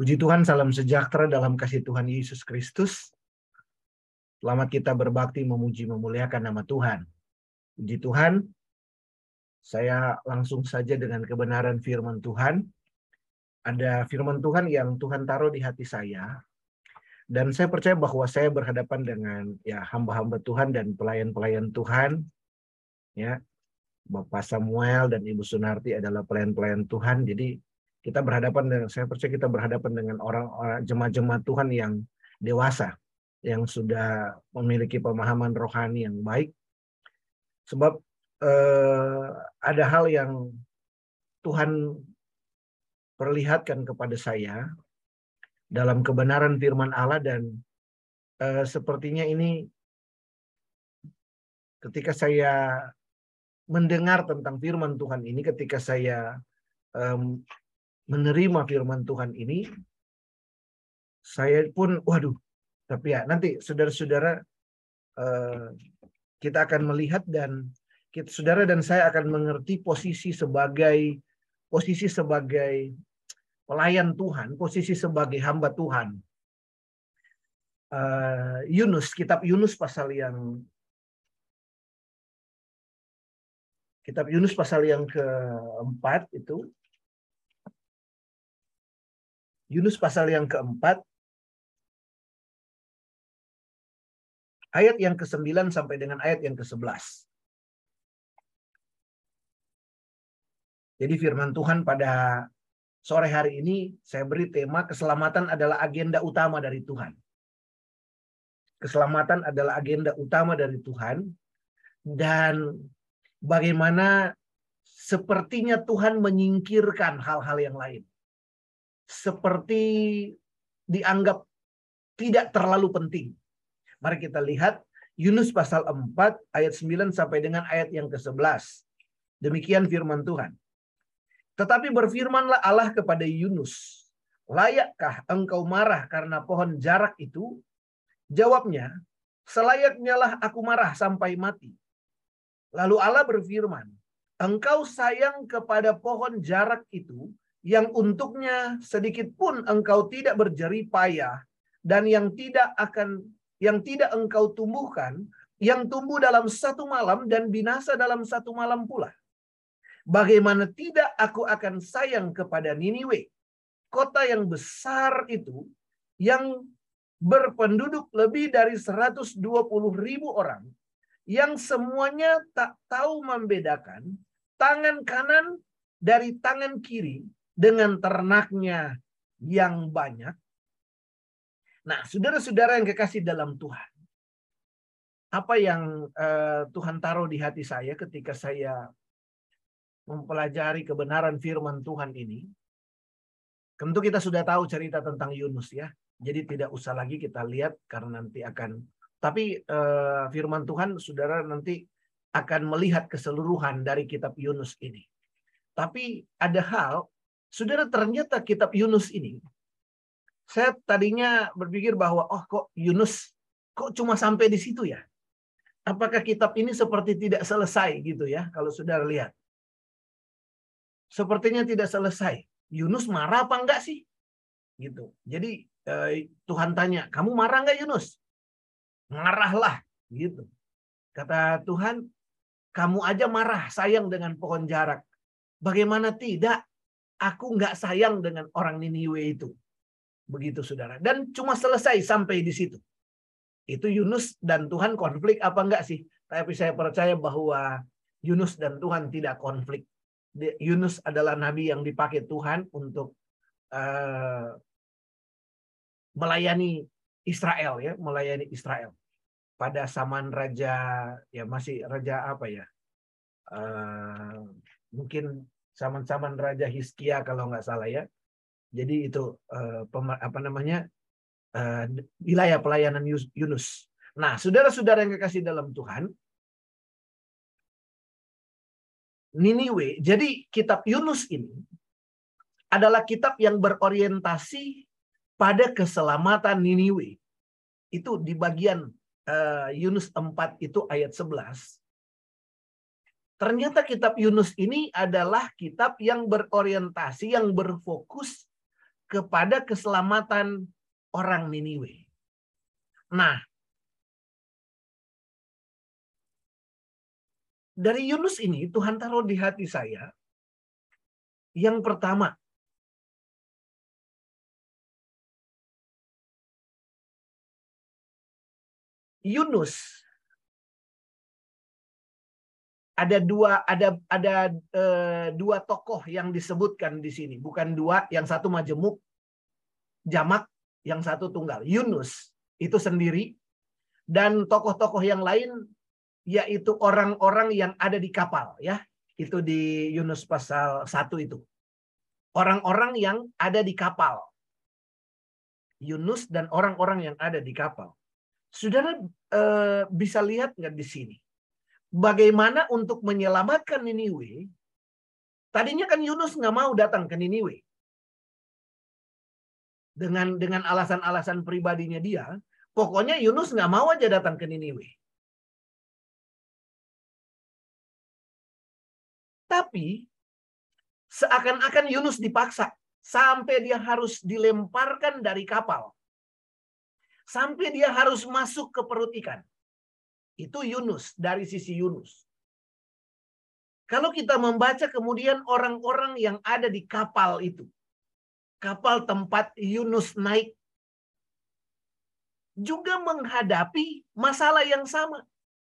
Puji Tuhan, salam sejahtera dalam kasih Tuhan Yesus Kristus. Selamat kita berbakti, memuji, memuliakan nama Tuhan. Puji Tuhan, saya langsung saja dengan kebenaran firman Tuhan. Ada firman Tuhan yang Tuhan taruh di hati saya. Dan saya percaya bahwa saya berhadapan dengan hamba-hamba Tuhan dan pelayan-pelayan Tuhan. Ya, Bapak Samuel dan Ibu Sunarti adalah pelayan-pelayan Tuhan. Jadi kita berhadapan dengan, saya percaya kita berhadapan dengan orang-orang jemaat-jemaat Tuhan yang dewasa, yang sudah memiliki pemahaman rohani yang baik. Sebab ada hal yang Tuhan perlihatkan kepada saya dalam kebenaran firman Allah, dan sepertinya ini ketika saya mendengar tentang firman Tuhan ini, ketika saya menerima firman Tuhan ini, saya pun tapi ya nanti saudara-saudara kita akan melihat, dan saudara dan saya akan mengerti posisi sebagai pelayan Tuhan, posisi sebagai hamba Tuhan. Kitab Yunus pasal yang keempat itu. Yunus pasal yang keempat, ayat yang ke-9 sampai dengan ayat yang ke-11. Jadi firman Tuhan pada sore hari ini saya beri tema keselamatan adalah agenda utama dari Tuhan. Keselamatan adalah agenda utama dari Tuhan, dan bagaimana sepertinya Tuhan menyingkirkan hal-hal yang lain. Seperti dianggap tidak terlalu penting. Mari kita lihat Yunus pasal 4 ayat 9 sampai dengan ayat yang ke-11. Demikian firman Tuhan. Tetapi berfirmanlah Allah kepada Yunus, layakkah engkau marah karena pohon jarak itu? Jawabnya, selayaknya lah aku marah sampai mati. Lalu Allah berfirman, engkau sayang kepada pohon jarak itu, yang untuknya sedikit pun engkau tidak berjerih payah, dan yang tidak engkau tumbuhkan, yang tumbuh dalam satu malam dan binasa dalam satu malam pula. Bagaimana tidak aku akan sayang kepada Niniwe, kota yang besar itu, yang berpenduduk lebih dari 120.000 orang, yang semuanya tak tahu membedakan tangan kanan dari tangan kiri dengan ternaknya yang banyak. Nah, saudara-saudara yang kekasih dalam Tuhan, apa yang Tuhan taruh di hati saya ketika saya mempelajari kebenaran firman Tuhan ini? Tentu kita sudah tahu cerita tentang Yunus ya. Jadi tidak usah lagi kita lihat karena nanti akan. Tapi firman Tuhan saudara nanti akan melihat keseluruhan dari kitab Yunus ini. Tapi ada hal, saudara, ternyata kitab Yunus ini, saya tadinya berpikir bahwa kok Yunus kok cuma sampai di situ ya? Apakah kitab ini seperti tidak selesai gitu ya? Kalau saudara lihat, sepertinya tidak selesai. Yunus marah apa enggak sih? Gitu. Jadi Tuhan tanya, kamu marah enggak Yunus? Marahlah, gitu. Kata Tuhan, kamu aja marah, sayang dengan pohon jarak. Bagaimana tidak? Aku enggak sayang dengan orang Niniwe itu. Begitu saudara. Dan cuma selesai sampai di situ. Itu Yunus dan Tuhan konflik apa enggak sih? Tapi saya percaya bahwa Yunus dan Tuhan tidak konflik. Yunus adalah nabi yang dipakai Tuhan untuk melayani Israel ya, melayani Israel pada zaman raja ya, masih raja apa ya? Mungkin zaman raja Hizkia kalau nggak salah ya. Jadi itu wilayah pelayanan Yunus. Nah, saudara-saudara yang kekasih dalam Tuhan, Niniwe, jadi kitab Yunus ini adalah kitab yang berorientasi pada keselamatan Niniwe. Itu di bagian Yunus 4 itu ayat 11. Ternyata kitab Yunus ini adalah kitab yang berorientasi, yang berfokus kepada keselamatan orang Niniwe. Nah, dari Yunus ini Tuhan taruh di hati saya. Yang pertama, Yunus ada dua tokoh yang disebutkan di sini, bukan dua, yang satu majemuk, jamak, yang satu tunggal. Yunus itu sendiri, dan tokoh-tokoh yang lain yaitu orang-orang yang ada di kapal, ya. Itu di Yunus pasal 1 itu. Orang-orang yang ada di kapal. Yunus dan orang-orang yang ada di kapal. Saudara bisa lihat nggak di sini? Bagaimana untuk menyelamatkan Niniwe? Tadinya kan Yunus nggak mau datang ke Niniwe. Dengan alasan-alasan pribadinya dia, pokoknya Yunus nggak mau aja datang ke Niniwe. Tapi seakan-akan Yunus dipaksa sampai dia harus dilemparkan dari kapal. Sampai dia harus masuk ke perut ikan. Itu Yunus, dari sisi Yunus. Kalau kita membaca kemudian orang-orang yang ada di kapal itu. Kapal tempat Yunus naik. Juga menghadapi masalah yang sama.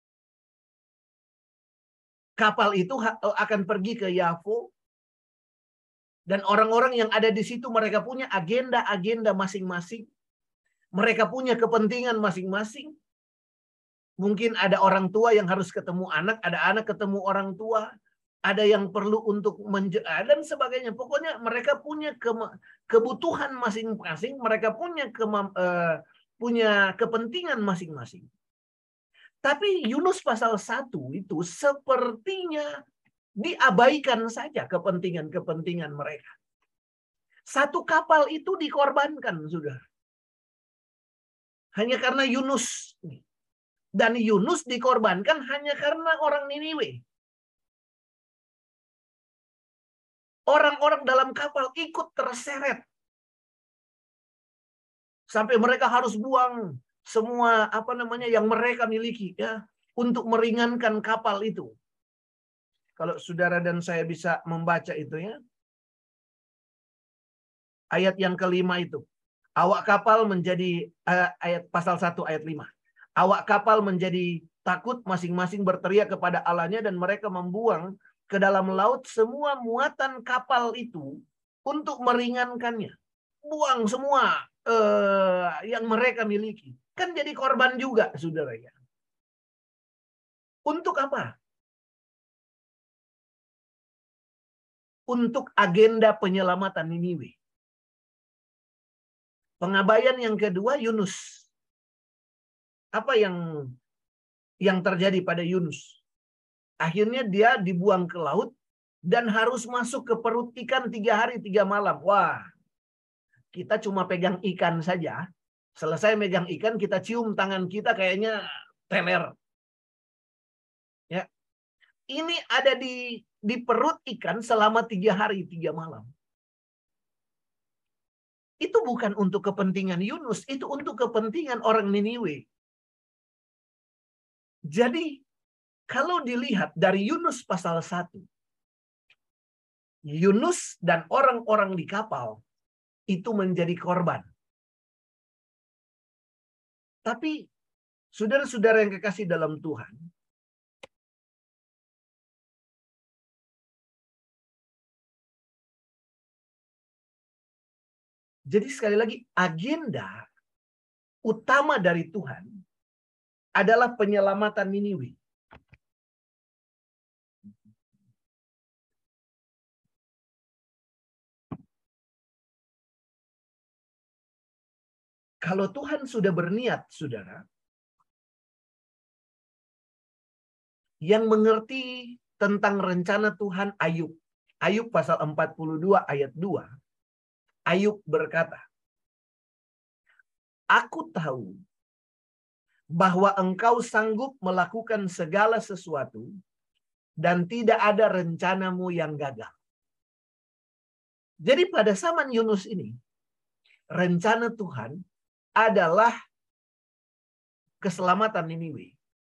Kapal itu akan pergi ke Yafo. Dan orang-orang yang ada di situ mereka punya agenda-agenda masing-masing. Mereka punya kepentingan masing-masing. Mungkin ada orang tua yang harus ketemu anak, ada anak ketemu orang tua, ada yang perlu untuk dan sebagainya. Pokoknya mereka punya kebutuhan masing-masing, mereka punya kepentingan masing-masing. Tapi Yunus pasal 1 itu sepertinya diabaikan saja kepentingan-kepentingan mereka. Satu kapal itu dikorbankan, saudara. Hanya karena Yunus. Dan Yunus dikorbankan hanya karena orang Niniwe. Orang-orang dalam kapal ikut terseret. Sampai mereka harus buang semua yang mereka miliki, ya, untuk meringankan kapal itu. Kalau saudara dan saya bisa membaca itu, ya. Ayat yang kelima itu. Awak kapal menjadi ayat pasal 1 ayat 5. Awak kapal menjadi takut, masing-masing berteriak kepada Allahnya, dan mereka membuang ke dalam laut semua muatan kapal itu untuk meringankannya. Buang semua yang mereka miliki. Kan jadi korban juga, saudara, ya. Untuk apa? Untuk agenda penyelamatan Niniwe. Pengabaian yang kedua, Yunus. Apa yang terjadi pada Yunus? Akhirnya dia dibuang ke laut dan harus masuk ke perut ikan 3 hari 3 malam. Wah, kita cuma pegang ikan saja. Selesai megang ikan, kita cium tangan kita kayaknya teler. Ya, ini ada di perut ikan selama 3 hari 3 malam. Itu bukan untuk kepentingan Yunus, itu untuk kepentingan orang Niniwe. Jadi, kalau dilihat dari Yunus pasal 1, Yunus dan orang-orang di kapal itu menjadi korban. Tapi, saudara-saudara yang kekasih dalam Tuhan, jadi sekali lagi, agenda utama dari Tuhan adalah penyelamatan Niniwe. Kalau Tuhan sudah berniat, saudara, yang mengerti tentang rencana Tuhan Ayub. Ayub pasal 42 ayat 2. Ayub berkata, "Aku tahu bahwa engkau sanggup melakukan segala sesuatu dan tidak ada rencanamu yang gagal." Jadi pada zaman Yunus ini, rencana Tuhan adalah keselamatan Niniwe.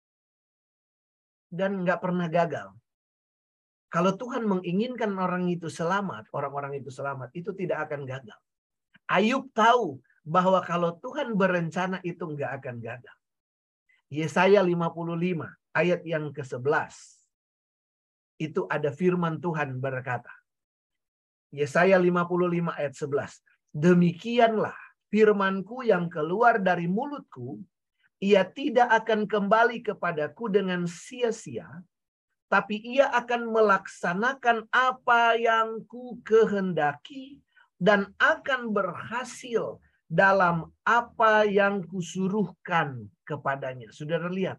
Dan nggak pernah gagal. Kalau Tuhan menginginkan orang itu selamat, orang-orang itu selamat, itu tidak akan gagal. Ayub tahu bahwa kalau Tuhan berencana itu nggak akan gagal. Yesaya 55 ayat yang ke-11. Itu ada firman Tuhan berkata. Yesaya 55 ayat 11. Demikianlah firmanku yang keluar dari mulutku, ia tidak akan kembali kepadaku dengan sia-sia, tapi ia akan melaksanakan apa yang ku kehendaki dan akan berhasil dalam apa yang kusuruhkan kepadanya. Saudara lihat.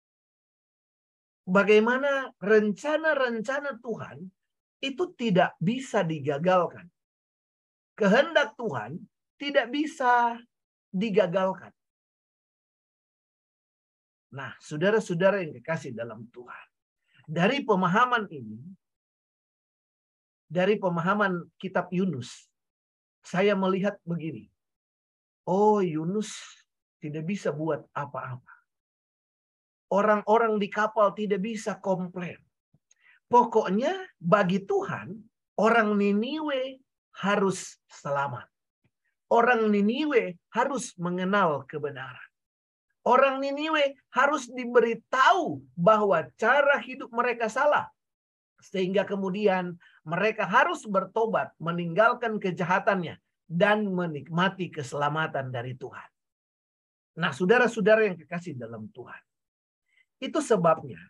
Bagaimana rencana-rencana Tuhan itu tidak bisa digagalkan. Kehendak Tuhan tidak bisa digagalkan. Nah, saudara-saudara yang kekasih dalam Tuhan. Dari pemahaman ini, dari pemahaman kitab Yunus, saya melihat begini. Oh, Yunus tidak bisa buat apa-apa. Orang-orang di kapal tidak bisa komplain. Pokoknya bagi Tuhan, orang Niniwe harus selamat. Orang Niniwe harus mengenal kebenaran. Orang Niniwe harus diberitahu bahwa cara hidup mereka salah. Sehingga kemudian mereka harus bertobat, meninggalkan kejahatannya, dan menikmati keselamatan dari Tuhan. Nah, saudara-saudara yang kekasih dalam Tuhan. Itu sebabnya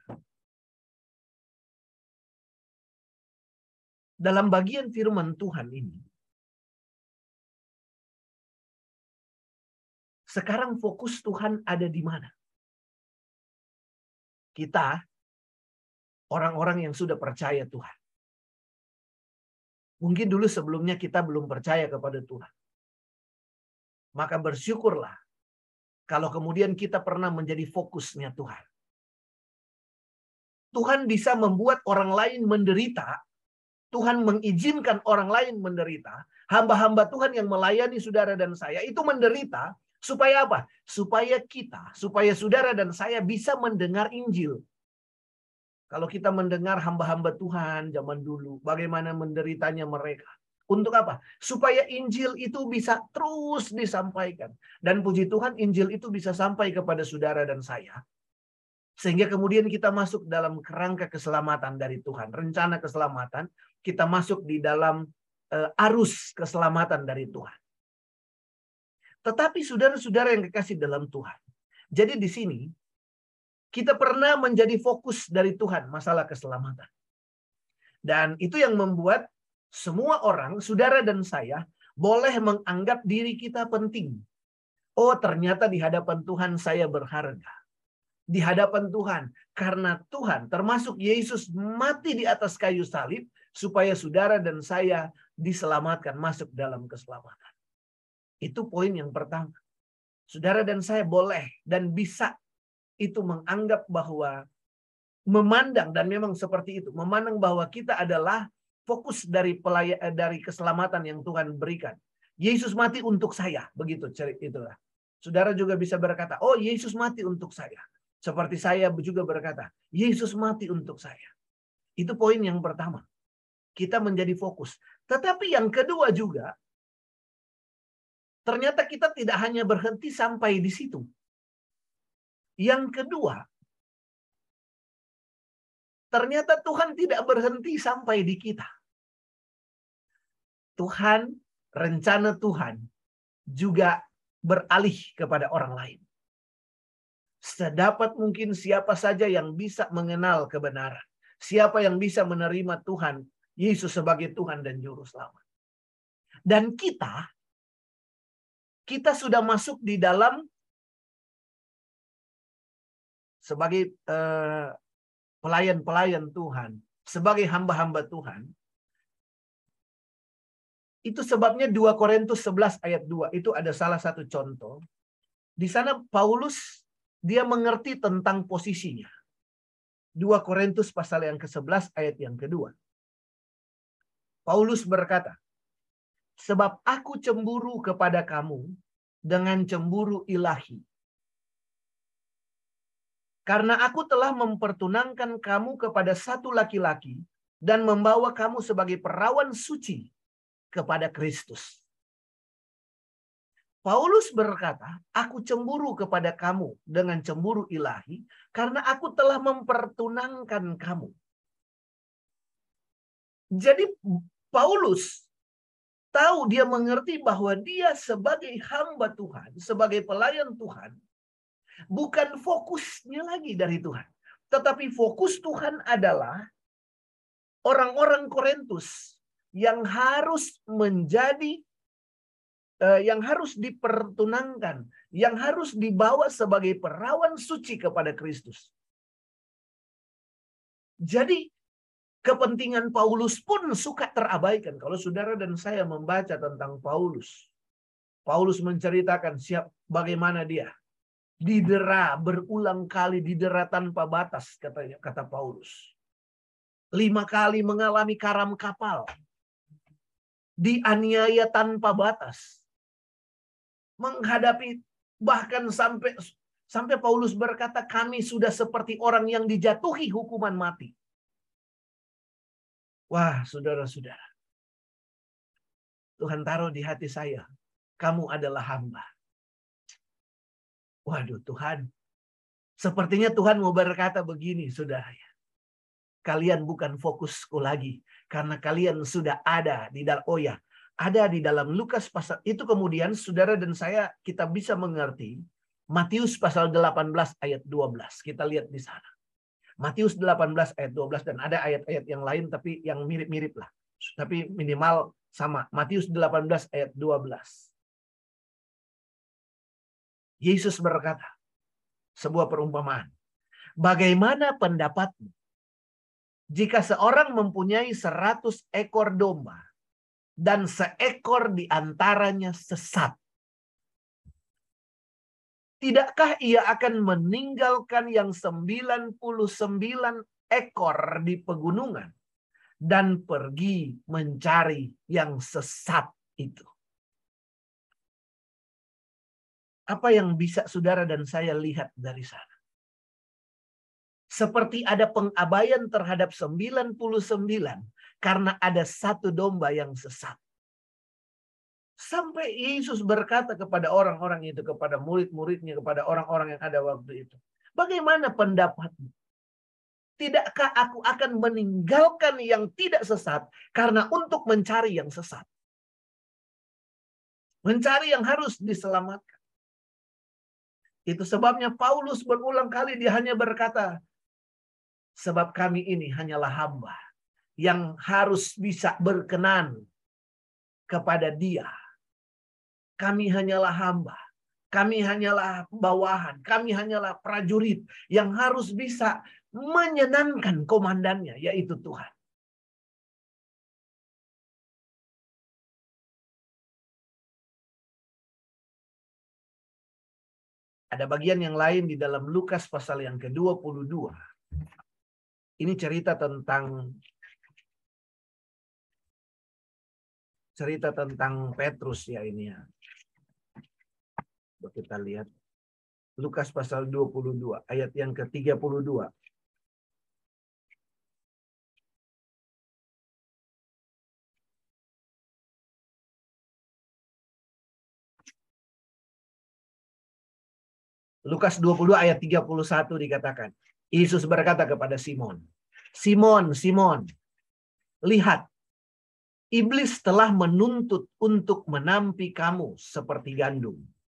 dalam bagian firman Tuhan ini, sekarang fokus Tuhan ada di mana? Kita, orang-orang yang sudah percaya Tuhan. Mungkin dulu sebelumnya kita belum percaya kepada Tuhan. Maka bersyukurlah kalau kemudian kita pernah menjadi fokusnya Tuhan. Tuhan bisa membuat orang lain menderita. Tuhan mengizinkan orang lain menderita. Hamba-hamba Tuhan yang melayani saudara dan saya itu menderita. Supaya apa? Supaya kita, supaya saudara dan saya bisa mendengar Injil. Kalau kita mendengar hamba-hamba Tuhan zaman dulu, bagaimana menderitanya mereka. Untuk apa? Supaya Injil itu bisa terus disampaikan. Dan puji Tuhan, Injil itu bisa sampai kepada saudara dan saya. Sehingga kemudian kita masuk dalam kerangka keselamatan dari Tuhan. Rencana keselamatan, kita masuk di dalam arus keselamatan dari Tuhan. Tetapi saudara-saudara yang kekasih dalam Tuhan. Jadi di sini, kita pernah menjadi fokus dari Tuhan masalah keselamatan. Dan itu yang membuat semua orang, saudara dan saya, boleh menganggap diri kita penting. Oh, ternyata di hadapan Tuhan saya berharga. Di hadapan Tuhan. Karena Tuhan, termasuk Yesus, mati di atas kayu salib, supaya saudara dan saya diselamatkan, masuk dalam keselamatan. Itu poin yang pertama. Saudara dan saya boleh dan bisa itu menganggap bahwa memandang, dan memang seperti itu, memandang bahwa kita adalah fokus dari keselamatan yang Tuhan berikan. Yesus mati untuk saya, begitu itulah. Saudara juga bisa berkata, oh Yesus mati untuk saya. Seperti saya juga berkata, Yesus mati untuk saya. Itu poin yang pertama. Kita menjadi fokus. Tetapi yang kedua juga, ternyata kita tidak hanya berhenti sampai di situ. Yang kedua, ternyata Tuhan tidak berhenti sampai di kita. Tuhan, rencana Tuhan juga beralih kepada orang lain. Sedapat mungkin siapa saja yang bisa mengenal kebenaran. Siapa yang bisa menerima Tuhan, Yesus sebagai Tuhan dan Juru Selamat. Dan kita sudah masuk di dalam sebagai pelayan-pelayan Tuhan, sebagai hamba-hamba Tuhan. Itu sebabnya 2 Korintus 11 ayat 2 itu ada salah satu contoh. Di sana Paulus dia mengerti tentang posisinya. 2 Korintus pasal yang ke-11 ayat yang kedua. Paulus berkata, Sebab aku cemburu kepada kamu dengan cemburu ilahi. Karena aku telah mempertunangkan kamu kepada satu laki-laki dan membawa kamu sebagai perawan suci kepada Kristus. Paulus berkata, aku cemburu kepada kamu dengan cemburu ilahi karena aku telah mempertunangkan kamu. Jadi Paulus tahu, dia mengerti bahwa dia sebagai hamba Tuhan, sebagai pelayan Tuhan, bukan fokusnya lagi dari Tuhan. Tetapi fokus Tuhan adalah orang-orang Korintus yang harus menjadi, yang harus dipertunangkan, yang harus dibawa sebagai perawan suci kepada Kristus. Jadi kepentingan Paulus pun suka terabaikan. Kalau saudara dan saya membaca tentang Paulus, Paulus menceritakan bagaimana dia didera berulang kali, didera tanpa batas, kata Paulus. 5 kali mengalami karam kapal, dianiaya tanpa batas, menghadapi bahkan sampai Paulus berkata, kami sudah seperti orang yang dijatuhi hukuman mati. Wah, saudara-saudara, Tuhan taruh di hati saya, kamu adalah hamba. Waduh Tuhan, sepertinya Tuhan mau berkata begini, saudara. Kalian bukan fokusku lagi, karena kalian sudah ada di dalam, ada di dalam Lukas pasal itu. Kemudian saudara dan saya, kita bisa mengerti Matius pasal 18 ayat 12. Kita lihat di sana. Matius 18 ayat 12, dan ada ayat-ayat yang lain tapi yang mirip-mirip lah. Tapi minimal sama. Matius 18 ayat 12. Yesus berkata sebuah perumpamaan. Bagaimana pendapatmu jika seorang mempunyai 100 ekor domba dan seekor di antaranya sesat? Tidakkah ia akan meninggalkan yang 99 ekor di pegunungan dan pergi mencari yang sesat itu? Apa yang bisa saudara dan saya lihat dari sana? Seperti ada pengabaian terhadap 99 karena ada satu domba yang sesat. Sampai Yesus berkata kepada orang-orang itu, kepada murid-muridnya, kepada orang-orang yang ada waktu itu, bagaimana pendapatmu? Tidakkah aku akan meninggalkan yang tidak sesat karena untuk mencari yang sesat? Mencari yang harus diselamatkan. Itu sebabnya Paulus berulang kali dia hanya berkata, sebab kami ini hanyalah hamba yang harus bisa berkenan kepada Dia. Kami hanyalah hamba. Kami hanyalah bawahan. Kami hanyalah prajurit yang harus bisa menyenangkan komandannya, yaitu Tuhan. Ada bagian yang lain di dalam Lukas pasal yang ke-22. Ini cerita tentang Petrus ya ini ya. Kita lihat Lukas pasal 22 ayat yang ke-32. Lukas 22 ayat 31 dikatakan, Yesus berkata kepada Simon, Simon, Simon, lihat, iblis telah menuntut untuk menampi kamu seperti gandum.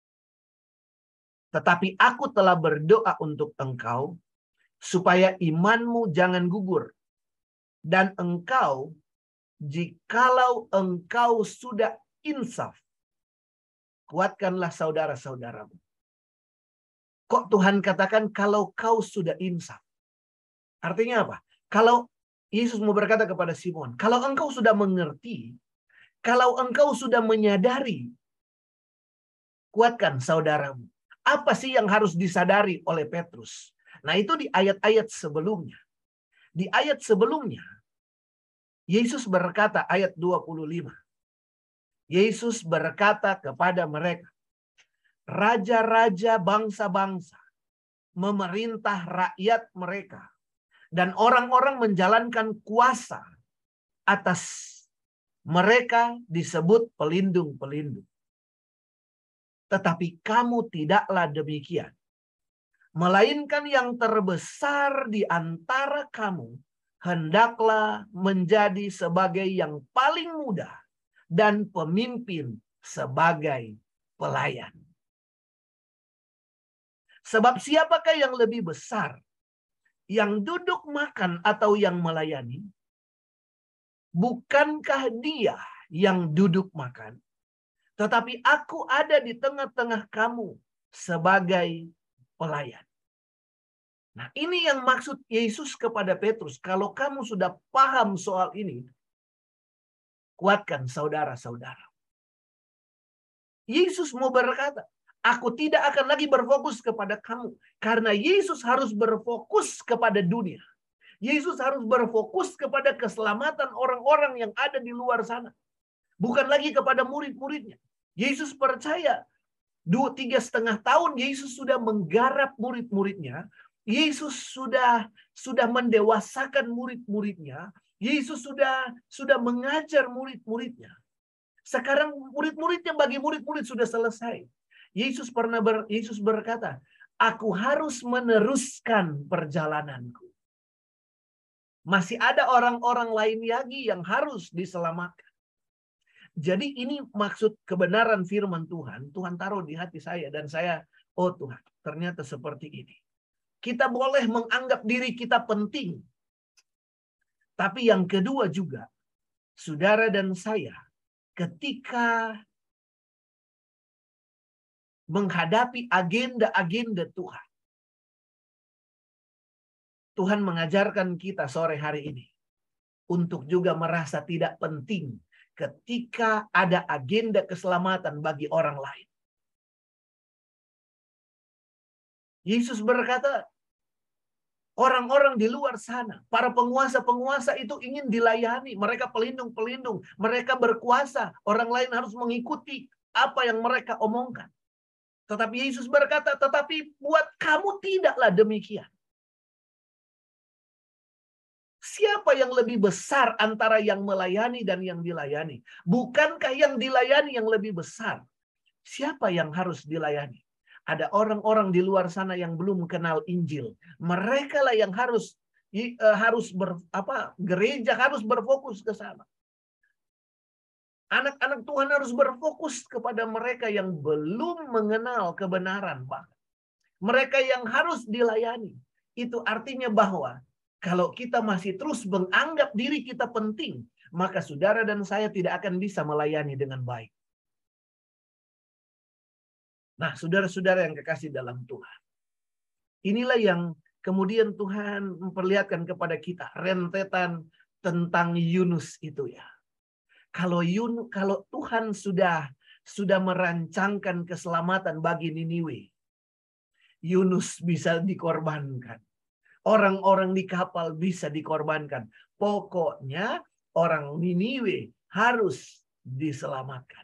Tetapi aku telah berdoa untuk engkau, supaya imanmu jangan gugur. Dan engkau, jikalau engkau sudah insaf, kuatkanlah saudara-saudaramu. Kok Tuhan katakan kalau kau sudah insaf? Artinya apa? Kalau Yesus mau berkata kepada Simon, kalau engkau sudah mengerti, kalau engkau sudah menyadari, kuatkan saudaramu. Apa sih yang harus disadari oleh Petrus? Nah itu di ayat-ayat sebelumnya. Di ayat sebelumnya, Yesus berkata ayat 25. Yesus berkata kepada mereka, raja-raja bangsa-bangsa memerintah rakyat mereka, dan orang-orang menjalankan kuasa atas mereka disebut pelindung-pelindung. Tetapi kamu tidaklah demikian. Melainkan yang terbesar di antara kamu hendaklah menjadi sebagai yang paling muda dan pemimpin sebagai pelayan. Sebab siapakah yang lebih besar? Yang duduk makan atau yang melayani? Bukankah dia yang duduk makan? Tetapi aku ada di tengah-tengah kamu sebagai pelayan. Nah, ini yang maksud Yesus kepada Petrus. Kalau kamu sudah paham soal ini, kuatkan saudara-saudara. Yesus mau berkata, aku tidak akan lagi berfokus kepada kamu. Karena Yesus harus berfokus kepada dunia. Yesus harus berfokus kepada keselamatan orang-orang yang ada di luar sana. Bukan lagi kepada murid-muridnya. Yesus percaya 2-3,5 tahun Yesus sudah menggarap murid-muridnya. Yesus sudah mendewasakan murid-muridnya. Yesus sudah mengajar murid-muridnya. Sekarang murid-muridnya bagi murid-murid sudah selesai. Yesus berkata, aku harus meneruskan perjalananku. Masih ada orang-orang lain lagi yang harus diselamatkan. Jadi ini maksud kebenaran firman Tuhan. Tuhan taruh di hati saya dan saya, oh Tuhan, ternyata seperti ini. Kita boleh menganggap diri kita penting. Tapi yang kedua juga, saudara dan saya, ketika menghadapi agenda-agenda Tuhan, Tuhan mengajarkan kita sore hari ini untuk juga merasa tidak penting ketika ada agenda keselamatan bagi orang lain. Yesus berkata, orang-orang di luar sana, para penguasa-penguasa itu ingin dilayani. Mereka pelindung-pelindung, mereka berkuasa. Orang lain harus mengikuti apa yang mereka omongkan. Tetapi Yesus berkata, tetapi buat kamu tidaklah demikian. Siapa yang lebih besar antara yang melayani dan yang dilayani? Bukankah yang dilayani yang lebih besar? Siapa yang harus dilayani? Ada orang-orang di luar sana yang belum kenal Injil. Mereka lah yang gereja harus berfokus ke sana. Anak-anak Tuhan harus berfokus kepada mereka yang belum mengenal kebenaran. Mereka yang harus dilayani. Itu artinya bahwa kalau kita masih terus menganggap diri kita penting, maka saudara dan saya tidak akan bisa melayani dengan baik. Nah, saudara-saudara yang kekasih dalam Tuhan. Inilah yang kemudian Tuhan memperlihatkan kepada kita rentetan tentang Yunus itu ya. Kalau Tuhan sudah merancangkan keselamatan bagi Niniwe, Yunus bisa dikorbankan. Orang-orang di kapal bisa dikorbankan. Pokoknya orang Niniwe harus diselamatkan.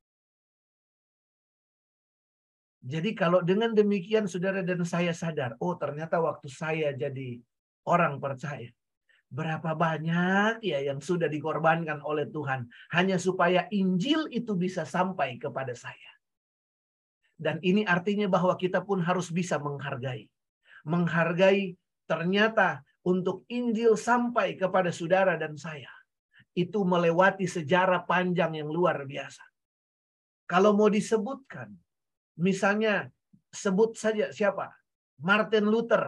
Jadi kalau dengan demikian saudara dan saya sadar, oh ternyata waktu saya jadi orang percaya, berapa banyak ya yang sudah dikorbankan oleh Tuhan hanya supaya Injil itu bisa sampai kepada saya. Dan ini artinya bahwa kita pun harus bisa menghargai. Menghargai ternyata untuk Injil sampai kepada saudara dan saya, itu melewati sejarah panjang yang luar biasa. Kalau mau disebutkan, misalnya sebut saja siapa? Martin Luther.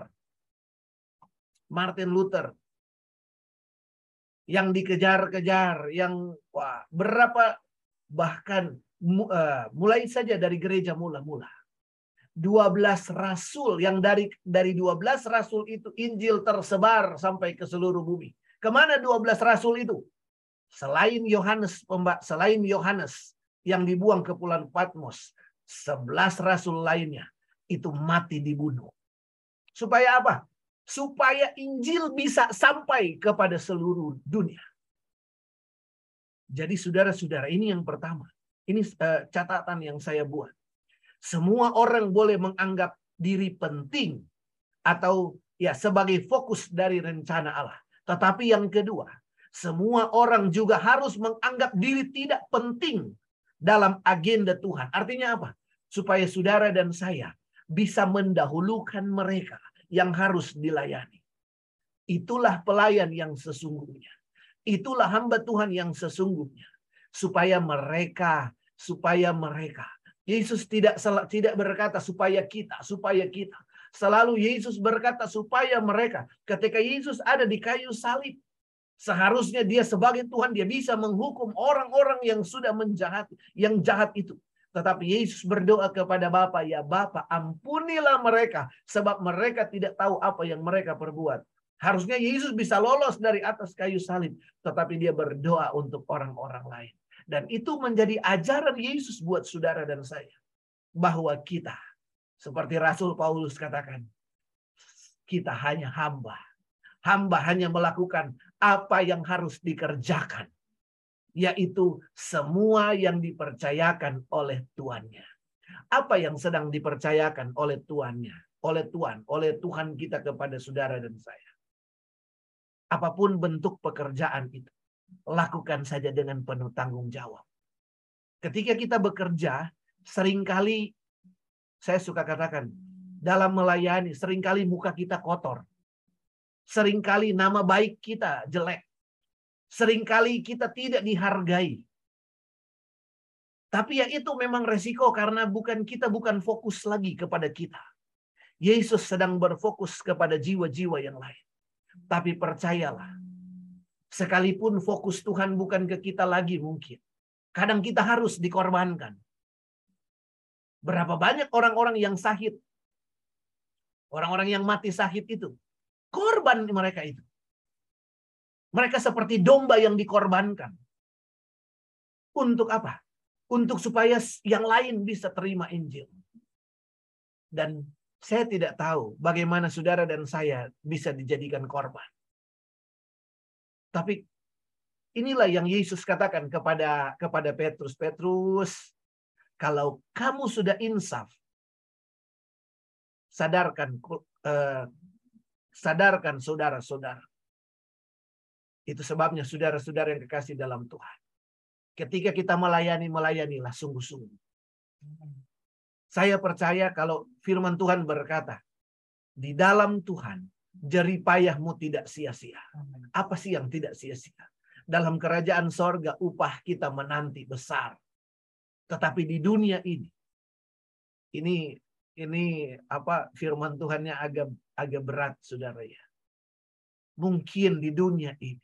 Yang dikejar-kejar, yang berapa bahkan mulai saja dari gereja mula-mula. 12 rasul yang dari 12 rasul itu Injil tersebar sampai ke seluruh bumi. Kemana 12 rasul itu? Selain Yohanes yang dibuang ke Pulau Patmos, 11 rasul lainnya itu mati dibunuh. Supaya apa? Supaya Injil bisa sampai kepada seluruh dunia. Jadi saudara-saudara, ini yang pertama. Ini catatan yang saya buat. Semua orang boleh menganggap diri penting atau ya sebagai fokus dari rencana Allah. Tetapi yang kedua, semua orang juga harus menganggap diri tidak penting dalam agenda Tuhan. Artinya apa? Supaya saudara dan saya bisa mendahulukan mereka yang harus dilayani. Itulah pelayan yang sesungguhnya. Itulah hamba Tuhan yang sesungguhnya. Supaya mereka. Yesus tidak berkata supaya kita. Selalu Yesus berkata supaya mereka. Ketika Yesus ada di kayu salib, seharusnya dia sebagai Tuhan, dia bisa menghukum orang-orang yang sudah menjahati, yang jahat itu. Tetapi Yesus berdoa kepada Bapa, ya Bapa, ampunilah mereka, sebab mereka tidak tahu apa yang mereka perbuat. Harusnya Yesus bisa lolos dari atas kayu salib, tetapi dia berdoa untuk orang-orang lain. Dan itu menjadi ajaran Yesus buat saudara dan saya. Bahwa kita, seperti Rasul Paulus katakan, kita hanya hamba. Hamba hanya melakukan apa yang harus dikerjakan. Yaitu semua yang dipercayakan oleh tuannya. Apa yang sedang dipercayakan oleh tuannya? Oleh Tuhan kita kepada saudara dan saya. Apapun bentuk pekerjaan itu, lakukan saja dengan penuh tanggung jawab. Ketika kita bekerja, seringkali saya suka katakan, dalam melayani, seringkali muka kita kotor. Seringkali nama baik kita jelek. Seringkali kita tidak dihargai. Tapi ya itu memang resiko karena kita bukan fokus lagi kepada kita. Yesus sedang berfokus kepada jiwa-jiwa yang lain. Tapi percayalah, sekalipun fokus Tuhan bukan ke kita lagi mungkin. Kadang kita harus dikorbankan. Berapa banyak orang-orang yang syahid. Orang-orang yang mati syahid itu. Korban mereka itu. Mereka seperti domba yang dikorbankan. Untuk apa? Untuk supaya yang lain bisa terima Injil. Dan saya tidak tahu bagaimana saudara dan saya bisa dijadikan korban. Tapi inilah yang Yesus katakan kepada Petrus. Petrus, kalau kamu sudah insaf, sadarkan saudara-saudara. Itu sebabnya saudara-saudara yang kekasih dalam Tuhan. Ketika kita melayanilah sungguh-sungguh. Saya percaya kalau firman Tuhan berkata, di dalam Tuhan, jerih payahmu tidak sia-sia. Apa sih yang tidak sia-sia? Dalam kerajaan sorga upah kita menanti besar. Tetapi di dunia ini firman Tuhannya agak berat, saudara ya. Mungkin di dunia ini,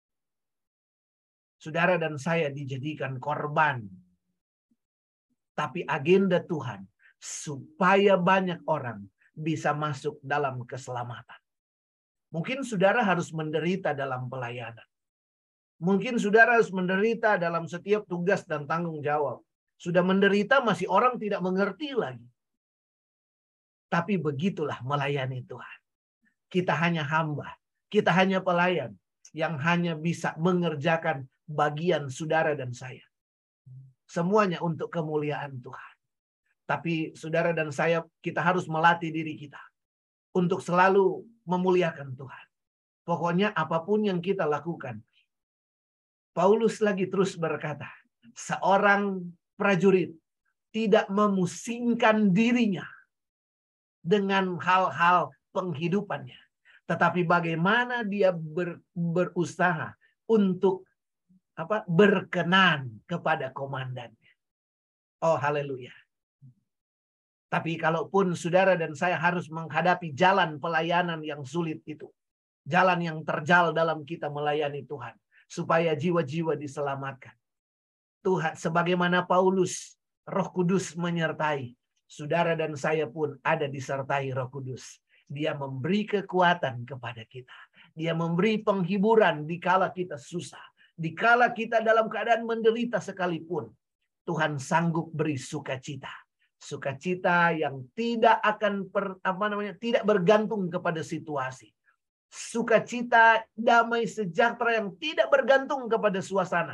saudara dan saya dijadikan korban. Tapi agenda Tuhan, supaya banyak orang bisa masuk dalam keselamatan. Mungkin saudara harus menderita dalam pelayanan. Mungkin saudara harus menderita dalam setiap tugas dan tanggung jawab. Sudah menderita masih orang tidak mengerti lagi. Tapi begitulah melayani Tuhan. Kita hanya hamba. Kita hanya pelayan yang hanya bisa mengerjakan bagian saudara dan saya. Semuanya untuk kemuliaan Tuhan. Tapi saudara dan saya, kita harus melatih diri kita untuk selalu memuliakan Tuhan. Pokoknya apapun yang kita lakukan. Paulus lagi terus berkata, seorang prajurit tidak memusingkan dirinya dengan hal-hal penghidupannya. Tetapi bagaimana dia berusaha untuk berkenan kepada komandannya. Oh, haleluya. Tapi kalaupun saudara dan saya harus menghadapi jalan pelayanan yang sulit itu. Jalan yang terjal dalam kita melayani Tuhan. Supaya jiwa-jiwa diselamatkan. Tuhan, sebagaimana Paulus, Roh Kudus menyertai. Saudara dan saya pun ada disertai Roh Kudus. Dia memberi kekuatan kepada kita. Dia memberi penghiburan dikala kita susah. Dikala kita dalam keadaan menderita sekalipun. Tuhan sanggup beri sukacita. Sukacita yang tidak akan tidak bergantung kepada situasi. Sukacita, damai sejahtera yang tidak bergantung kepada suasana.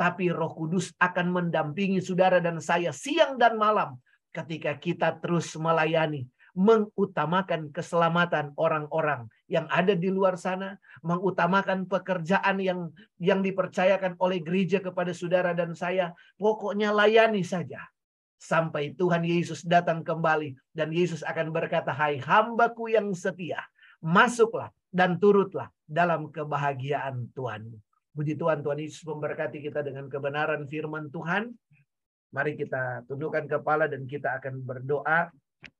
Tapi Roh Kudus akan mendampingi saudara dan saya siang dan malam ketika kita terus melayani, mengutamakan keselamatan orang-orang yang ada di luar sana, mengutamakan pekerjaan yang dipercayakan oleh gereja kepada saudara dan saya. Pokoknya layani saja sampai Tuhan Yesus datang kembali, dan Yesus akan berkata, "Hai hambaku yang setia, masuklah dan turutlah dalam kebahagiaan Tuhanmu." Puji Tuhan, Tuhan Yesus memberkati kita dengan kebenaran firman Tuhan. Mari kita tundukkan kepala dan kita akan berdoa.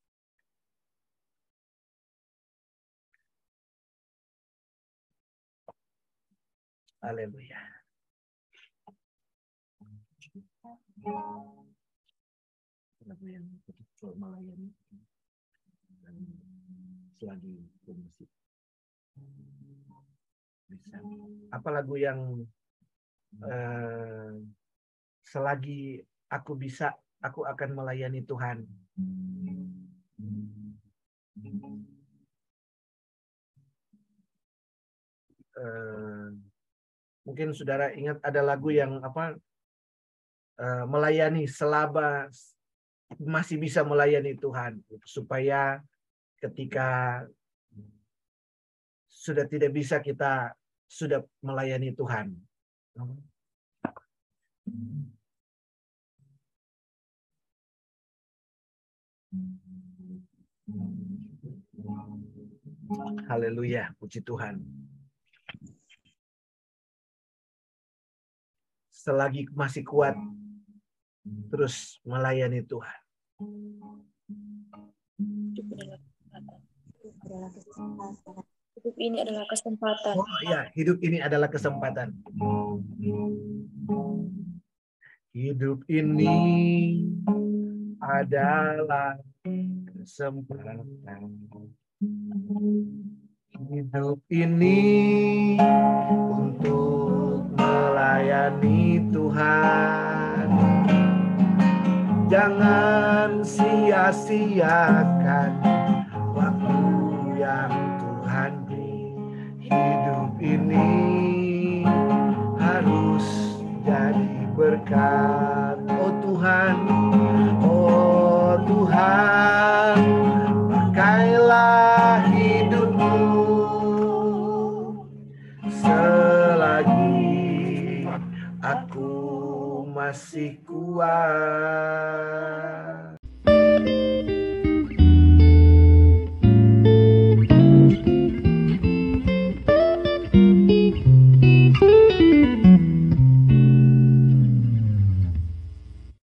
Haleluya. Selagi musik. Apa lagu yang selagi aku bisa, aku akan melayani Tuhan. Mungkin saudara ingat ada lagu yang melayani selaba masih bisa melayani Tuhan, supaya ketika sudah tidak bisa, kita sudah melayani Tuhan. Haleluya, puji Tuhan. Selagi masih kuat, terus melayani Tuhan. Hidup ini adalah kesempatan. Oh ya, hidup ini adalah kesempatan. Hidup ini adalah kesempatan. Hidup ini untuk melayani Tuhan. Jangan sia-siakan waktu yang Tuhan beri. Hidup ini harus jadi berkat. Oh Tuhan, oh Tuhan, pakailah hidupku selagi aku masih kuat.